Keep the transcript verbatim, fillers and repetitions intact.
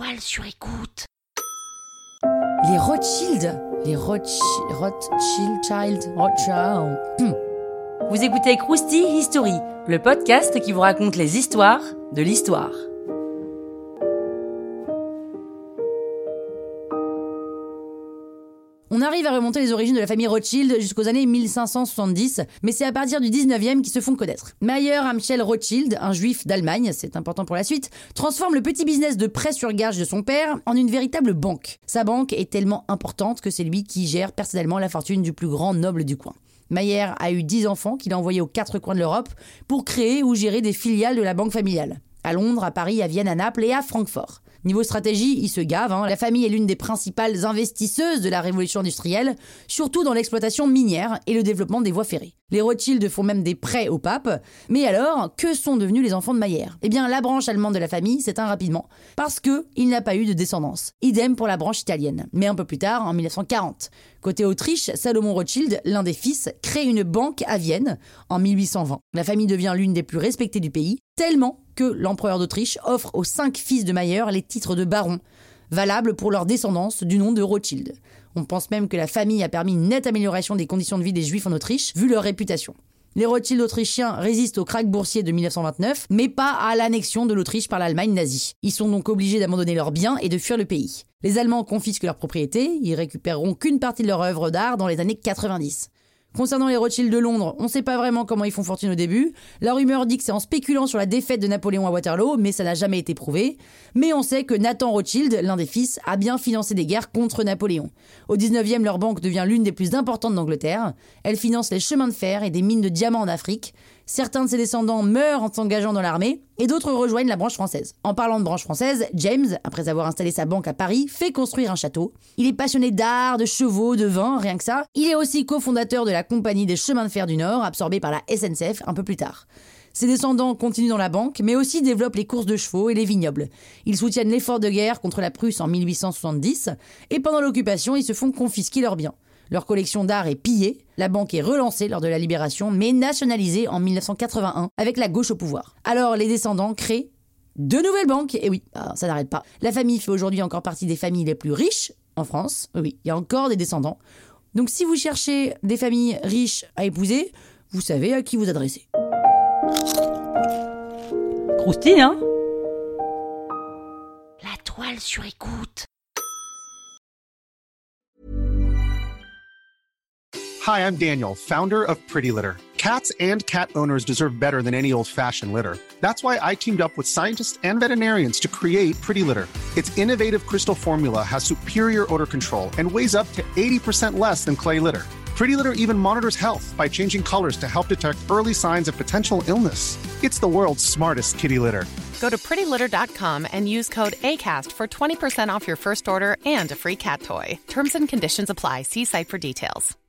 Toile sur écoute. Les Rothschild Les Rothschild... Rothschild... Child... Rothschild... Vous écoutez Krusty History, le podcast qui vous raconte les histoires de l'histoire. On arrive à remonter les origines de la famille Rothschild jusqu'aux années mille cinq cent soixante-dix, mais c'est à partir du dix-neuvième qu'ils se font connaître. Mayer Amschel Rothschild, un juif d'Allemagne, c'est important pour la suite, transforme le petit business de prêt sur gage de son père en une véritable banque. Sa banque est tellement importante que c'est lui qui gère personnellement la fortune du plus grand noble du coin. Mayer a eu dix enfants qu'il a envoyés aux quatre coins de l'Europe pour créer ou gérer des filiales de la banque familiale. À Londres, à Paris, à Vienne, à Naples et à Francfort. Niveau stratégie, il se gave, hein. La famille est l'une des principales investisseuses de la révolution industrielle, surtout dans l'exploitation minière et le développement des voies ferrées. Les Rothschild font même des prêts au pape. Mais alors, que sont devenus les enfants de Mayer ? Eh bien, la branche allemande de la famille s'éteint rapidement, parce qu'il n'a pas eu de descendance. Idem pour la branche italienne. Mais un peu plus tard, en mille neuf cent quarante. Côté Autriche, Salomon Rothschild, l'un des fils, crée une banque à Vienne en mille huit cent vingt. La famille devient l'une des plus respectées du pays, tellement que l'empereur d'Autriche offre aux cinq fils de Mayer les titres de baron, valables pour leur descendance du nom de Rothschild. On pense même que la famille a permis une nette amélioration des conditions de vie des Juifs en Autriche, vu leur réputation. Les Rothschild autrichiens résistent au krach boursier de mille neuf cent vingt-neuf, mais pas à l'annexion de l'Autriche par l'Allemagne nazie. Ils sont donc obligés d'abandonner leurs biens et de fuir le pays. Les Allemands confisquent leurs propriétés, ils récupéreront qu'une partie de leur œuvre d'art dans les années quatre-vingt-dix. Concernant les Rothschild de Londres, on ne sait pas vraiment comment ils font fortune au début. La rumeur dit que c'est en spéculant sur la défaite de Napoléon à Waterloo, mais ça n'a jamais été prouvé. Mais on sait que Nathan Rothschild, l'un des fils, a bien financé des guerres contre Napoléon. Au dix-neuvième, leur banque devient l'une des plus importantes d'Angleterre. Elle finance les chemins de fer et des mines de diamants en Afrique. Certains de ses descendants meurent en s'engageant dans l'armée, et d'autres rejoignent la branche française. En parlant de branche française, James, après avoir installé sa banque à Paris, fait construire un château. Il est passionné d'art, de chevaux, de vin, rien que ça. Il est aussi cofondateur de la Compagnie des chemins de fer du Nord, absorbée par la S N C F un peu plus tard. Ses descendants continuent dans la banque, mais aussi développent les courses de chevaux et les vignobles. Ils soutiennent l'effort de guerre contre la Prusse en mille huit cent soixante-dix, et pendant l'occupation, ils se font confisquer leurs biens. Leur collection d'art est pillée, la banque est relancée lors de la Libération, mais nationalisée en mille neuf cent quatre-vingt-un avec la gauche au pouvoir. Alors les descendants créent deux nouvelles banques, et oui, ça n'arrête pas. La famille fait aujourd'hui encore partie des familles les plus riches en France, oui, il y a encore des descendants. Donc si vous cherchez des familles riches à épouser, vous savez à qui vous adresser. Krusty, hein ? La toile sur écoute. Hi, I'm Daniel, founder of Pretty Litter. Cats and cat owners deserve better than any old-fashioned litter. That's why I teamed up with scientists and veterinarians to create Pretty Litter. Its innovative crystal formula has superior odor control and weighs up to eighty percent less than clay litter. Pretty Litter even monitors health by changing colors to help detect early signs of potential illness. It's the world's smartest kitty litter. Go to pretty litter dot com and use code ACAST for twenty percent off your first order and a free cat toy. Terms and conditions apply. See site for details.